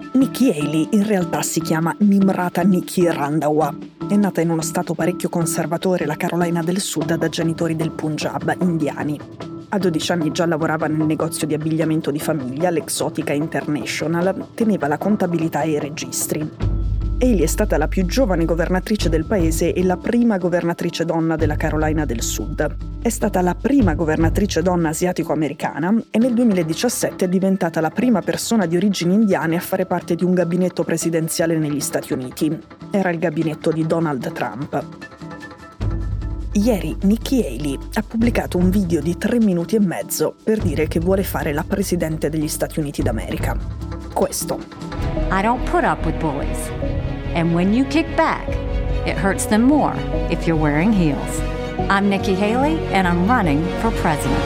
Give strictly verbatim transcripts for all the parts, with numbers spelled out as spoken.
Nikki Haley in realtà si chiama Nimrata Nikki Randhawa. È nata in uno stato parecchio conservatore, la Carolina del Sud, da genitori del Punjab, indiani. A dodici anni già lavorava nel negozio di abbigliamento di famiglia, l'Exotica International, teneva la contabilità e i registri. Haley è stata la più giovane governatrice del paese e la prima governatrice donna della Carolina del Sud. È stata la prima governatrice donna asiatico-americana e nel duemiladiciassette è diventata la prima persona di origini indiane a fare parte di un gabinetto presidenziale negli Stati Uniti. Era il gabinetto di Donald Trump. Ieri Nikki Haley ha pubblicato un video di tre minuti e mezzo per dire che vuole fare la presidente degli Stati Uniti d'America. Questo. I don't put up with bullies. And when you kick back, it hurts them more if you're wearing heels. I'm Nikki Haley and I'm running for president.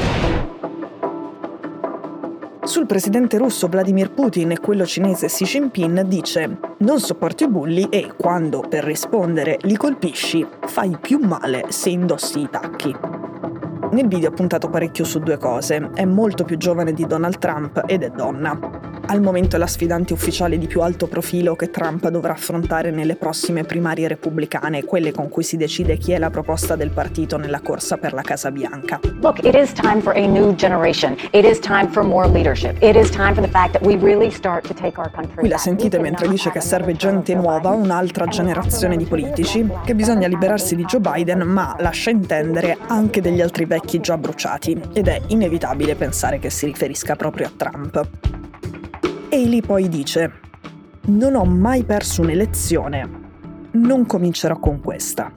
Sul presidente russo Vladimir Putin e quello cinese Xi Jinping dice: non sopporto i bulli e, quando per rispondere li colpisci, fai più male se indossi i tacchi. Nel video ha puntato parecchio su due cose. È molto più giovane di Donald Trump ed è donna. Al momento è la sfidante ufficiale di più alto profilo che Trump dovrà affrontare nelle prossime primarie repubblicane, quelle con cui si decide chi è la proposta del partito nella corsa per la Casa Bianca. Look, it is time for a new generation. It is time for more leadership. It is time for the fact that we really start to take our country. Qui la sentite mentre dice che serve gente nuova, un'altra generazione di politici, che bisogna liberarsi di Joe Biden, ma lascia intendere anche degli altri vecchi già bruciati, ed è inevitabile pensare che si riferisca proprio a Trump. Haley poi dice: non ho mai perso un'elezione, non comincerò con questa.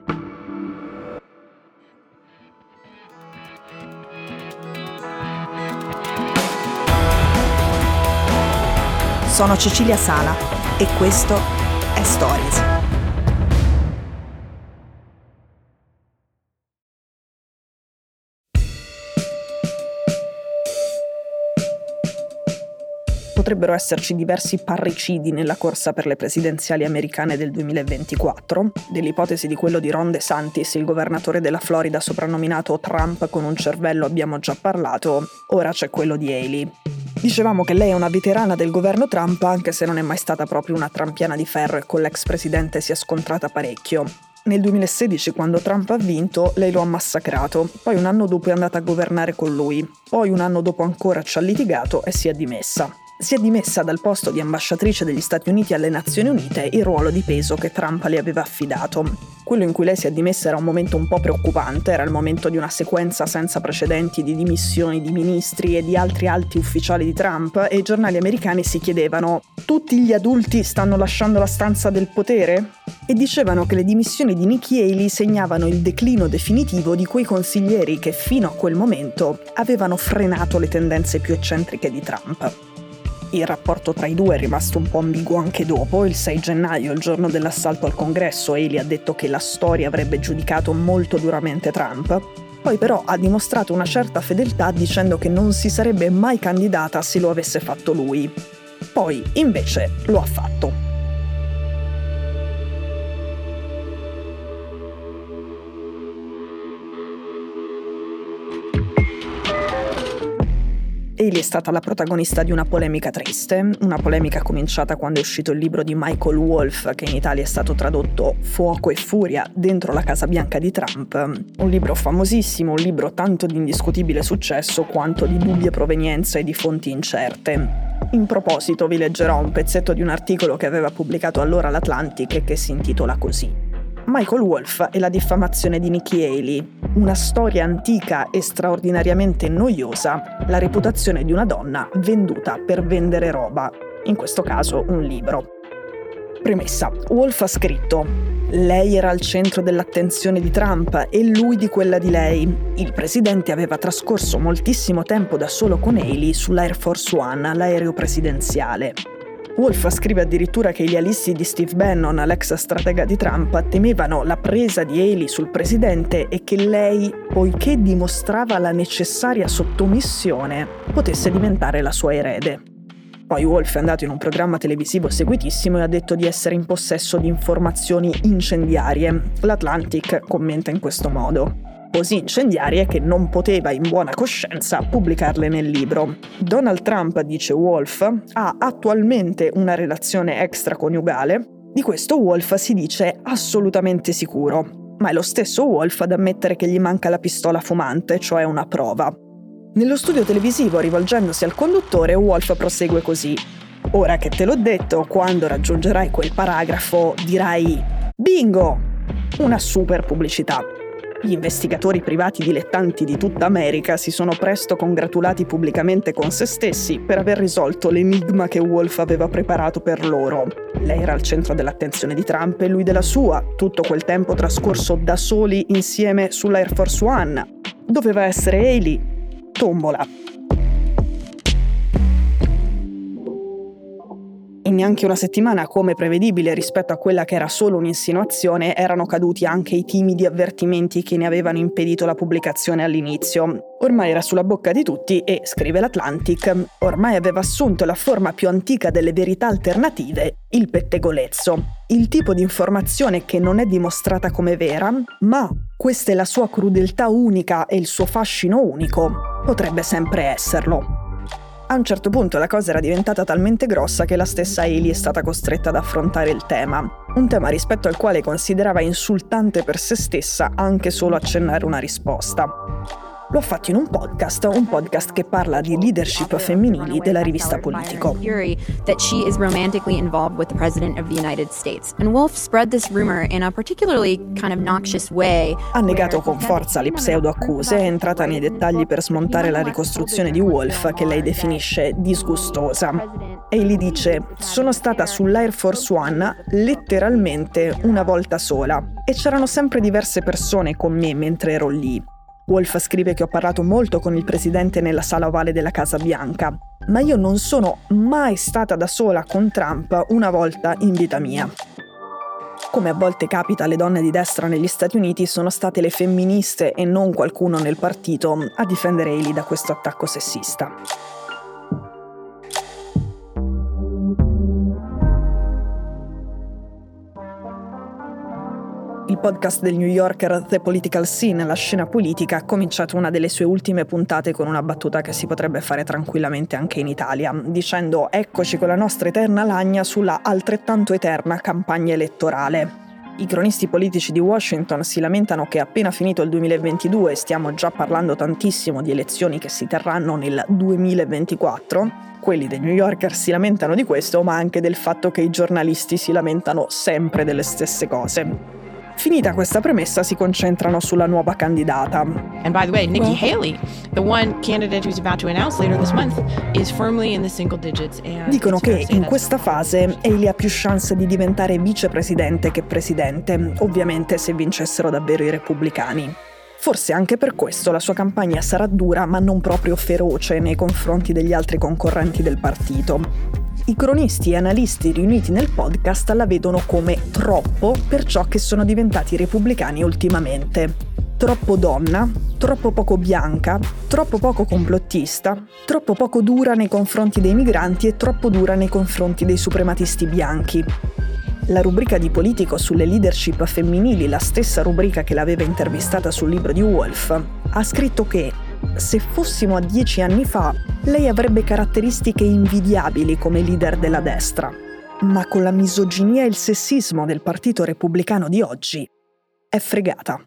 Sono Cecilia Sala e questo è Stories. Potrebbero esserci diversi parricidi nella corsa per le presidenziali americane del duemilaventiquattro. Dell'ipotesi di quello di Ron DeSantis, il governatore della Florida soprannominato Trump con un cervello, abbiamo già parlato. Ora c'è quello di Haley. Dicevamo che lei è una veterana del governo Trump, anche se non è mai stata proprio una trampiana di ferro e con l'ex presidente si è scontrata parecchio. Nel duemilasedici, quando Trump ha vinto, lei lo ha massacrato, poi un anno dopo è andata a governare con lui, poi un anno dopo ancora ci ha litigato e si è dimessa. Si è dimessa dal posto di ambasciatrice degli Stati Uniti alle Nazioni Unite, il ruolo di peso che Trump le aveva affidato. Quello in cui lei si è dimessa era un momento un po' preoccupante, era il momento di una sequenza senza precedenti di dimissioni di ministri e di altri alti ufficiali di Trump, e i giornali americani si chiedevano: tutti gli adulti stanno lasciando la stanza del potere? E dicevano che le dimissioni di Nikki Haley segnavano il declino definitivo di quei consiglieri che fino a quel momento avevano frenato le tendenze più eccentriche di Trump. Il rapporto tra i due è rimasto un po' ambiguo anche dopo. Il sei gennaio, il giorno dell'assalto al Congresso, Haley ha detto che la storia avrebbe giudicato molto duramente Trump. Poi però ha dimostrato una certa fedeltà dicendo che non si sarebbe mai candidata se lo avesse fatto lui. Poi, invece, lo ha fatto. Haley è stata la protagonista di una polemica triste, una polemica cominciata quando è uscito il libro di Michael Wolff, che in Italia è stato tradotto Fuoco e Furia dentro la Casa Bianca di Trump, un libro famosissimo, un libro tanto di indiscutibile successo quanto di dubbia provenienza e di fonti incerte. In proposito vi leggerò un pezzetto di un articolo che aveva pubblicato allora l'Atlantic e che si intitola così: Michael Wolff e la diffamazione di Nikki Haley. Una storia antica e straordinariamente noiosa, la reputazione di una donna venduta per vendere roba, in questo caso un libro. Premessa: Wolff ha scritto: lei era al centro dell'attenzione di Trump e lui di quella di lei. Il presidente aveva trascorso moltissimo tempo da solo con Haley sull'Air Force One, l'aereo presidenziale. Wolff scrive addirittura che gli alisti di Steve Bannon, l'ex stratega di Trump, temevano la presa di Haley sul presidente e che lei, poiché dimostrava la necessaria sottomissione, potesse diventare la sua erede. Poi Wolff è andato in un programma televisivo seguitissimo e ha detto di essere in possesso di informazioni incendiarie. L'Atlantic commenta in questo modo: così incendiarie che non poteva in buona coscienza pubblicarle nel libro. Donald Trump, dice Wolf, ha attualmente una relazione extraconiugale. Di questo Wolf si dice assolutamente sicuro, ma è lo stesso Wolf ad ammettere che gli manca la pistola fumante, cioè una prova. Nello studio televisivo, rivolgendosi al conduttore, Wolf prosegue così: ora che te l'ho detto, quando raggiungerai quel paragrafo dirai bingo! Una super pubblicità. Gli investigatori privati dilettanti di tutta America si sono presto congratulati pubblicamente con se stessi per aver risolto l'enigma che Wolf aveva preparato per loro. Lei era al centro dell'attenzione di Trump e lui della sua, tutto quel tempo trascorso da soli insieme sull'Air Force One. Doveva essere Haley. Tombola. In neanche una settimana, come prevedibile rispetto a quella che era solo un'insinuazione, erano caduti anche i timidi avvertimenti che ne avevano impedito la pubblicazione all'inizio. Ormai era sulla bocca di tutti e, scrive l'Atlantic, ormai aveva assunto la forma più antica delle verità alternative, il pettegolezzo. Il tipo di informazione che non è dimostrata come vera, ma questa è la sua crudeltà unica e il suo fascino unico, potrebbe sempre esserlo. A un certo punto la cosa era diventata talmente grossa che la stessa Haley è stata costretta ad affrontare il tema, un tema rispetto al quale considerava insultante per se stessa anche solo accennare una risposta. Lo ha fatto in un podcast, un podcast che parla di leadership femminili della rivista Politico. That she is romantically involved with the President of the United States. And Wolf spread this rumor in a particularly kind of noxious way. Ha negato con forza le pseudo-accuse, è entrata nei dettagli per smontare la ricostruzione di Wolf, che lei definisce disgustosa. Haley dice: sono stata sull'Air Force One letteralmente una volta sola e c'erano sempre diverse persone con me mentre ero lì. Wolf scrive che ho parlato molto con il presidente nella sala ovale della Casa Bianca, ma io non sono mai stata da sola con Trump una volta in vita mia. Come a volte capita alle donne di destra negli Stati Uniti, sono state le femministe e non qualcuno nel partito a difendere Haley da questo attacco sessista. Il podcast del New Yorker The Political Scene, la scena politica, ha cominciato una delle sue ultime puntate con una battuta che si potrebbe fare tranquillamente anche in Italia, dicendo: eccoci con la nostra eterna lagna sulla altrettanto eterna campagna elettorale. I cronisti politici di Washington si lamentano che appena finito il duemilaventidue, stiamo già parlando tantissimo di elezioni che si terranno nel duemilaventiquattro, quelli dei New Yorker si lamentano di questo, ma anche del fatto che i giornalisti si lamentano sempre delle stesse cose. Finita questa premessa, si concentrano sulla nuova candidata. And by the way, Nikki well, Haley, the one candidate who's about to announce later this month, is firmly in the single digits. And dicono che in questa fase Haley ha più chance di diventare vicepresidente che presidente, ovviamente se vincessero davvero i repubblicani. Forse anche per questo la sua campagna sarà dura, ma non proprio feroce nei confronti degli altri concorrenti del partito. I cronisti e analisti riuniti nel podcast la vedono come troppo per ciò che sono diventati i repubblicani ultimamente. Troppo donna, troppo poco bianca, troppo poco complottista, troppo poco dura nei confronti dei migranti e troppo dura nei confronti dei suprematisti bianchi. La rubrica di Politico sulle leadership femminili, la stessa rubrica che l'aveva intervistata sul libro di Wolf, ha scritto che se fossimo a dieci anni fa, lei avrebbe caratteristiche invidiabili come leader della destra, ma con la misoginia e il sessismo del Partito Repubblicano di oggi è fregata.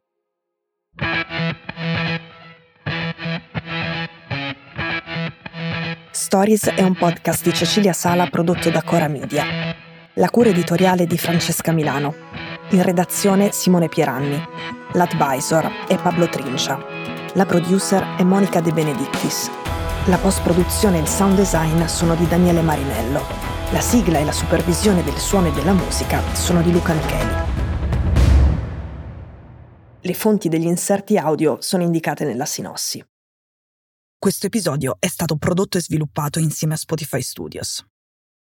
Stories è un podcast di Cecilia Sala prodotto da Cora Media. La cura editoriale di Francesca Milano. In redazione Simone Pieranni. L'advisor è Pablo Trincia. La producer è Monica De Benedictis. La post-produzione e il sound design sono di Daniele Marinello. La sigla e la supervisione del suono e della musica sono di Luca Micheli. Le fonti degli inserti audio sono indicate nella sinossi. Questo episodio è stato prodotto e sviluppato insieme a Spotify Studios.